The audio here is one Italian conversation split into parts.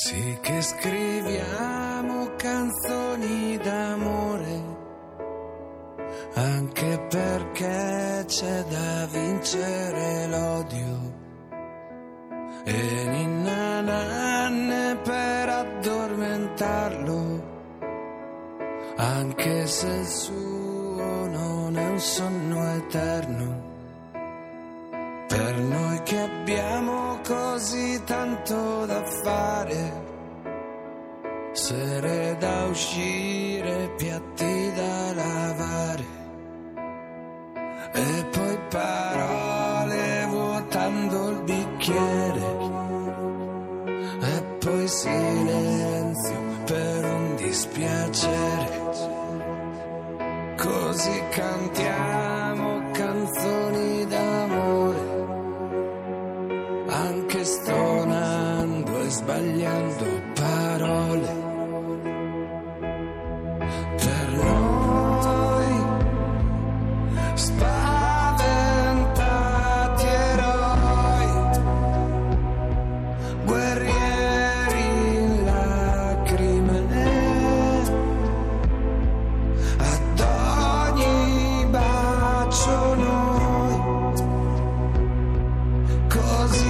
Sì che scriviamo canzoni d'amore, anche perché c'è da vincere l'odio, e ninna nanne per addormentarlo, anche se il suo non è un sonno eterno. Per noi che abbiamo così tanto da fare, sere da uscire, piatti da lavare, e poi parole vuotando il bicchiere, e poi silenzio per un dispiacere. Così cantiamo canzoni d'amore, anche stonando e sbagliando parole. Per noi spaventati eroi, guerrieri in lacrime, ad ogni bacio noi così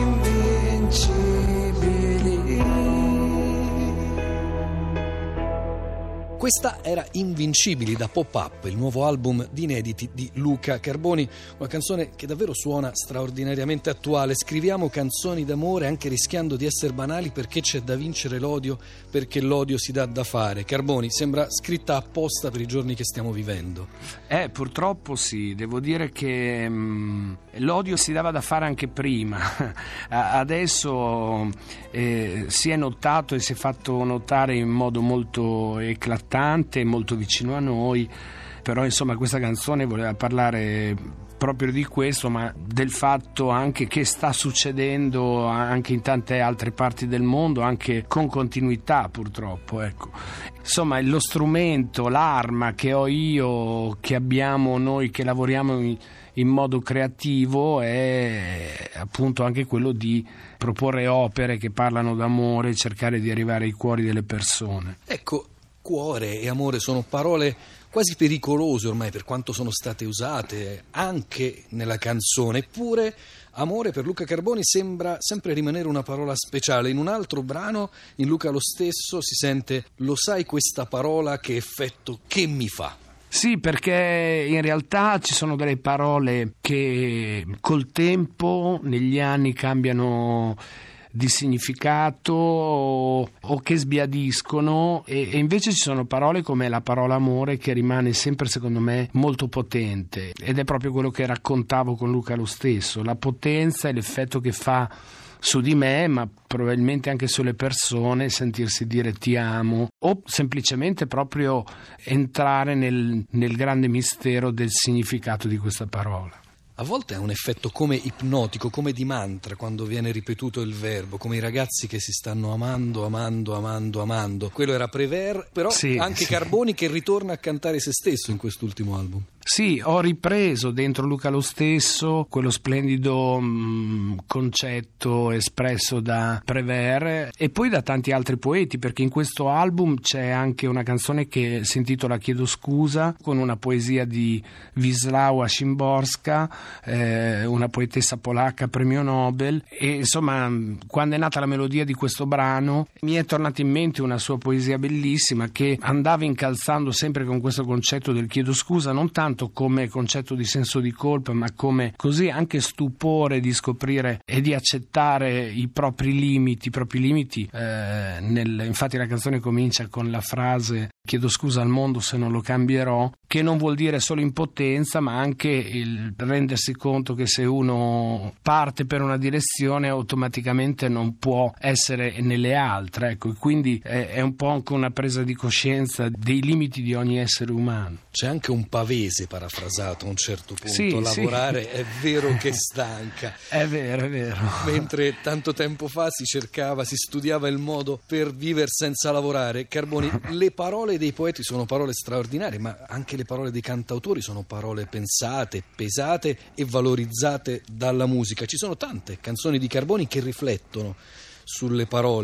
Questa era Invincibili da Pop-Up, il nuovo album di inediti di Luca Carboni, una canzone che davvero suona straordinariamente attuale. Scriviamo canzoni d'amore anche rischiando di essere banali perché c'è da vincere l'odio, perché l'odio si dà da fare. Carboni, sembra scritta apposta per i giorni che stiamo vivendo. Purtroppo sì, devo dire che l'odio si dava da fare anche prima. Adesso si è notato e si è fatto notare in modo molto eclatante, molto vicino a noi, però insomma questa canzone voleva parlare proprio di questo, ma del fatto anche che sta succedendo anche in tante altre parti del mondo, anche con continuità purtroppo, ecco. Insomma lo strumento, l'arma che ho io, che abbiamo noi che lavoriamo in modo creativo, è appunto anche quello di proporre opere che parlano d'amore, cercare di arrivare ai cuori delle persone. Ecco, cuore e amore sono parole quasi pericolose ormai per quanto sono state usate anche nella canzone, eppure amore per Luca Carboni sembra sempre rimanere una parola speciale. In un altro brano, in Luca lo stesso, si sente: lo sai questa parola che effetto che mi fa? Sì, perché in realtà ci sono delle parole che col tempo, negli anni, cambiano di significato o che sbiadiscono, e invece ci sono parole come la parola amore che rimane sempre, secondo me, molto potente, ed è proprio quello che raccontavo con Luca lo stesso, la potenza e l'effetto che fa su di me, ma probabilmente anche sulle persone, sentirsi dire ti amo, o semplicemente proprio entrare nel grande mistero del significato di questa parola. A volte ha un effetto come ipnotico, come di mantra, quando viene ripetuto il verbo, come i ragazzi che si stanno amando, amando, amando, amando. Quello era Prévert, però sì, anche sì. Carboni che ritorna a cantare se stesso in quest'ultimo album. Sì, ho ripreso dentro Luca lo stesso quello splendido concetto espresso da Prévert e poi da tanti altri poeti, perché in questo album c'è anche una canzone che si intitola Chiedo scusa, con una poesia di Wisława Szymborska, una poetessa polacca premio Nobel, e insomma quando è nata la melodia di questo brano mi è tornata in mente una sua poesia bellissima che andava incalzando sempre con questo concetto del chiedo scusa, non tanto come concetto di senso di colpa, ma come così anche stupore di scoprire e di accettare i propri limiti. Infatti la canzone comincia con la frase chiedo scusa al mondo se non lo cambierò, che non vuol dire solo impotenza, ma anche il rendersi conto che se uno parte per una direzione automaticamente non può essere nelle altre, ecco, quindi è un po' anche una presa di coscienza dei limiti di ogni essere umano. C'è anche un Pavese parafrasato a un certo punto, sì, lavorare sì. È vero che stanca. È vero. Mentre tanto tempo fa si studiava il modo per vivere senza lavorare. Carboni, le parole dei poeti sono parole straordinarie, ma anche le parole dei cantautori sono parole pensate, pesate e valorizzate dalla musica. Ci sono tante canzoni di Carboni che riflettono sulle parole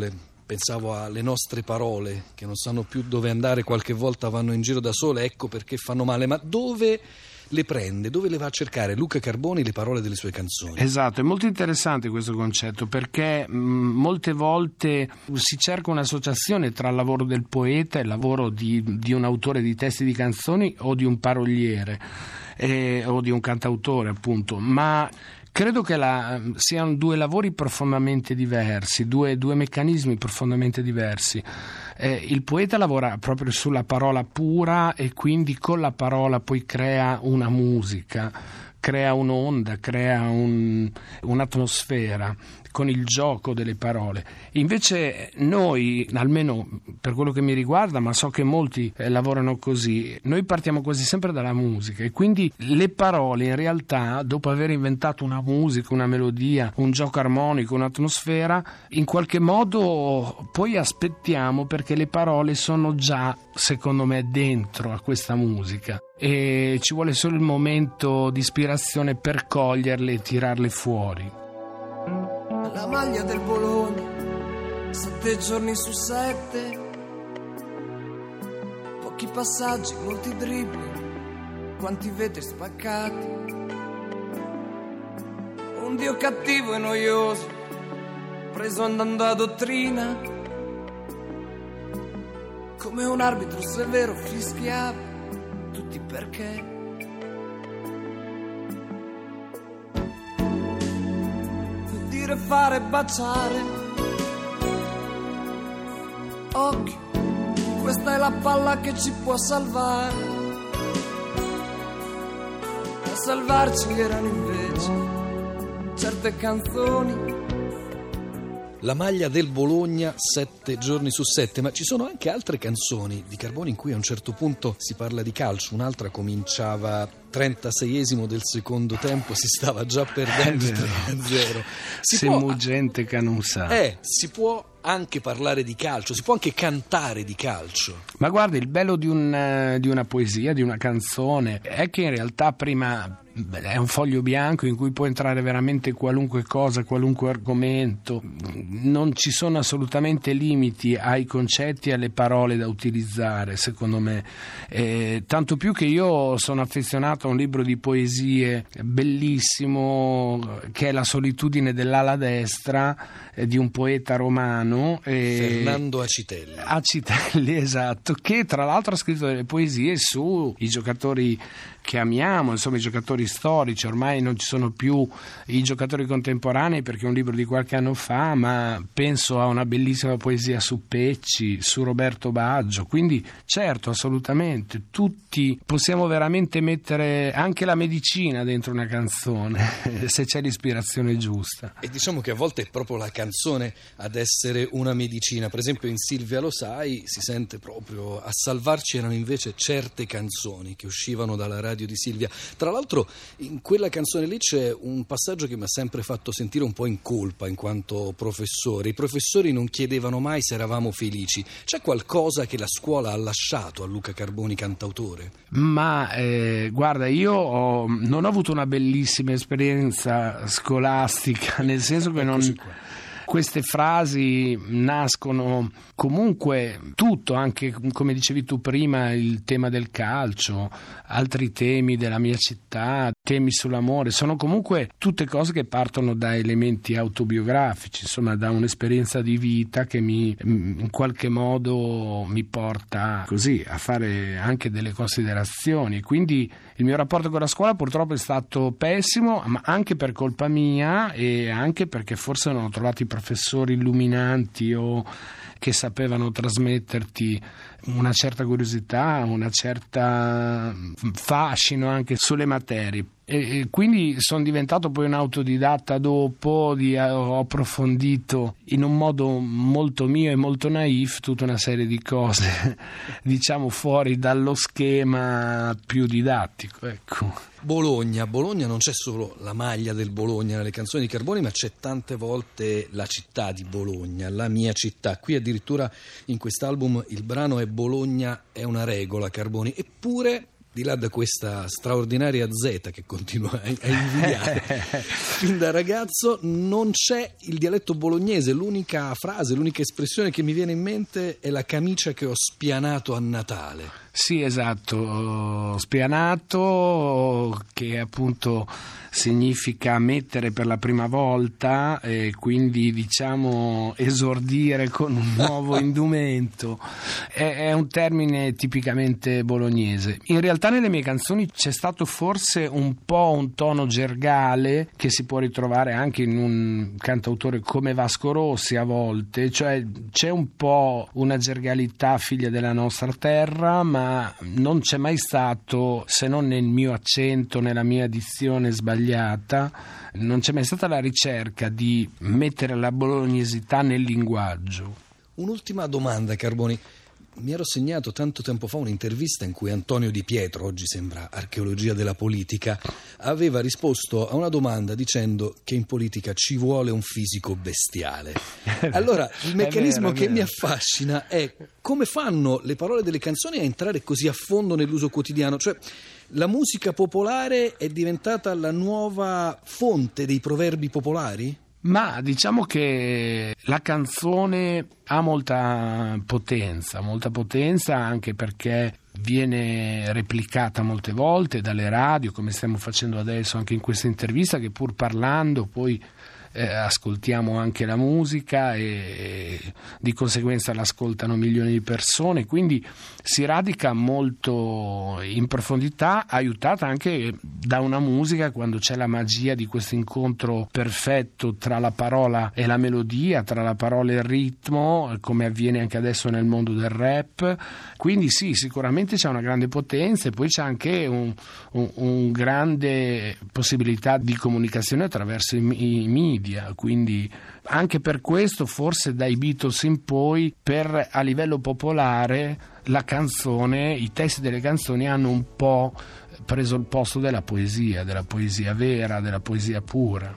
pensavo alle nostre parole che non sanno più dove andare, qualche volta vanno in giro da sole, ecco perché fanno male. Ma dove le prende, dove le va a cercare Luca Carboni le parole delle sue canzoni? Esatto, è molto interessante questo concetto, perché molte volte si cerca un'associazione tra il lavoro del poeta e il lavoro di un autore di testi di canzoni o di un paroliere o di un cantautore, appunto, ma credo che siano due lavori profondamente diversi, due meccanismi profondamente diversi. Il poeta lavora proprio sulla parola pura e quindi con la parola poi crea una musica, crea un'onda, crea un'atmosfera con il gioco delle parole. Invece noi, almeno per quello che mi riguarda, ma so che molti lavorano così, noi partiamo quasi sempre dalla musica e quindi le parole in realtà, dopo aver inventato una musica, una melodia, un gioco armonico, un'atmosfera, in qualche modo poi aspettiamo perché le parole sono già, secondo me, dentro a questa musica e ci vuole solo il momento di ispirazione per coglierle e tirarle fuori. La maglia del Bologna, 7 giorni su 7, pochi passaggi, molti dribbling, quanti vetri spaccati, un dio cattivo e noioso, preso andando a dottrina, come un arbitro severo fischiava, tutti perché. Fare baciare occhio, questa è la palla che ci può salvare. A salvarci erano invece certe canzoni. La maglia del Bologna, 7 giorni su 7, ma ci sono anche altre canzoni di Carboni in cui a un certo punto si parla di calcio, un'altra cominciava 36esimo del secondo tempo, si stava già perdendo 3-0. Siamo gente che non sa. Si può anche parlare di calcio, si può anche cantare di calcio. Ma guarda, il bello di una poesia, di una canzone, è che in realtà prima è un foglio bianco in cui può entrare veramente qualunque cosa, qualunque argomento, non ci sono assolutamente limiti ai concetti e alle parole da utilizzare, secondo me, tanto più che io sono affezionato a un libro di poesie bellissimo che è La solitudine dell'ala destra, di un poeta romano, Fernando Acitelli, esatto, che tra l'altro ha scritto delle poesie sui giocatori che amiamo, insomma i giocatori storici. Ormai non ci sono più i giocatori contemporanei perché è un libro di qualche anno fa, ma penso a una bellissima poesia su Pecci, su Roberto Baggio, quindi certo, assolutamente tutti possiamo veramente mettere anche la medicina dentro una canzone se c'è l'ispirazione giusta. E diciamo che a volte è proprio la canzone ad essere una medicina. Per esempio in Silvia lo sai si sente proprio a salvarci erano invece certe canzoni che uscivano dalla radio di Silvia. Tra l'altro in quella canzone lì c'è un passaggio che mi ha sempre fatto sentire un po' in colpa in quanto professore. I professori non chiedevano mai se eravamo felici. C'è qualcosa che la scuola ha lasciato a Luca Carboni cantautore? Ma guarda, io non ho avuto una bellissima esperienza scolastica, nel senso che queste frasi nascono comunque tutto, anche come dicevi tu prima, il tema del calcio, altri temi della mia città, temi sull'amore, sono comunque tutte cose che partono da elementi autobiografici, insomma da un'esperienza di vita che in qualche modo mi porta così a fare anche delle considerazioni. Quindi il mio rapporto con la scuola purtroppo è stato pessimo, ma anche per colpa mia e anche perché forse non ho trovato i professori illuminanti o che sapevano trasmetterti una certa curiosità, una certa fascino anche sulle materie. E quindi sono diventato poi un autodidatta dopo, ho approfondito in un modo molto mio e molto naif tutta una serie di cose, diciamo fuori dallo schema più didattico, ecco. Bologna non c'è solo la maglia del Bologna nelle canzoni di Carboni, ma c'è tante volte la città di Bologna, la mia città. Qui addirittura in quest'album il brano è Bologna è una regola, Carboni, eppure di là da questa straordinaria Z che continua a invidiare, fin da ragazzo non c'è il dialetto bolognese. L'unica frase, l'unica espressione che mi viene in mente è la camicia che ho spianato a Natale. Sì, esatto, spianato, che appunto significa mettere per la prima volta e quindi diciamo esordire con un nuovo indumento. È un termine tipicamente bolognese. In realtà nelle mie canzoni c'è stato forse un po' un tono gergale che si può ritrovare anche in un cantautore come Vasco Rossi a volte, cioè c'è un po' una gergalità figlia della nostra terra, ma non c'è mai stato, se non nel mio accento, nella mia dizione sbagliata, non c'è mai stata la ricerca di mettere la bolognesità nel linguaggio. Un'ultima domanda, Carboni. Mi ero segnato tanto tempo fa un'intervista in cui Antonio Di Pietro, oggi sembra archeologia della politica, aveva risposto a una domanda dicendo che in politica ci vuole un fisico bestiale. Allora, il meccanismo che mi affascina è come fanno le parole delle canzoni a entrare così a fondo nell'uso quotidiano. Cioè, la musica popolare è diventata la nuova fonte dei proverbi popolari? Ma diciamo che la canzone ha molta potenza anche perché viene replicata molte volte dalle radio, come stiamo facendo adesso anche in questa intervista, che pur parlando poi ascoltiamo anche la musica e di conseguenza l'ascoltano milioni di persone, quindi si radica molto in profondità, aiutata anche da una musica, quando c'è la magia di questo incontro perfetto tra la parola e la melodia, tra la parola e il ritmo, come avviene anche adesso nel mondo del rap. Quindi sì, sicuramente c'è una grande potenza e poi c'è anche un grande possibilità di comunicazione attraverso i media. Quindi anche per questo forse dai Beatles in poi a livello popolare la canzone, i testi delle canzoni hanno un po' preso il posto della poesia vera, della poesia pura.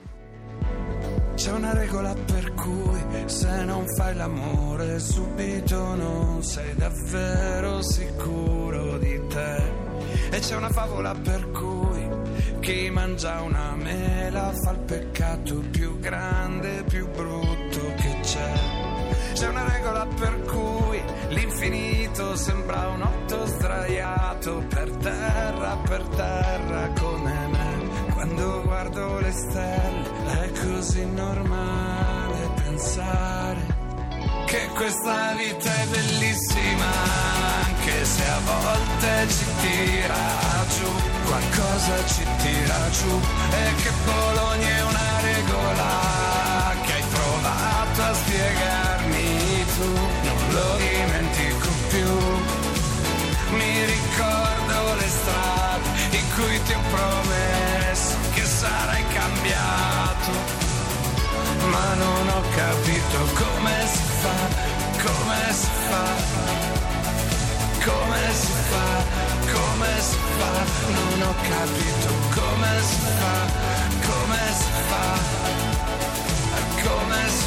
C'è una regola per cui se non fai l'amore subito non sei davvero sicuro di te. E c'è una favola per cui chi mangia una mela fa il peccato più grande, più brutto che c'è. C'è una regola per cui l'infinito sembra un otto sdraiato per terra come me. Quando guardo le stelle è così normale pensare che questa vita è bellissima, anche se a volte ci tira giù, qualcosa ci tira giù, e che Bologna è una regola che hai provato a spiegarmi tu, non lo dimentico più. Mi ricordo le strade in cui ti ho promesso che sarai cambiato, ma non ho capito come si fa, non ho capito come si fa,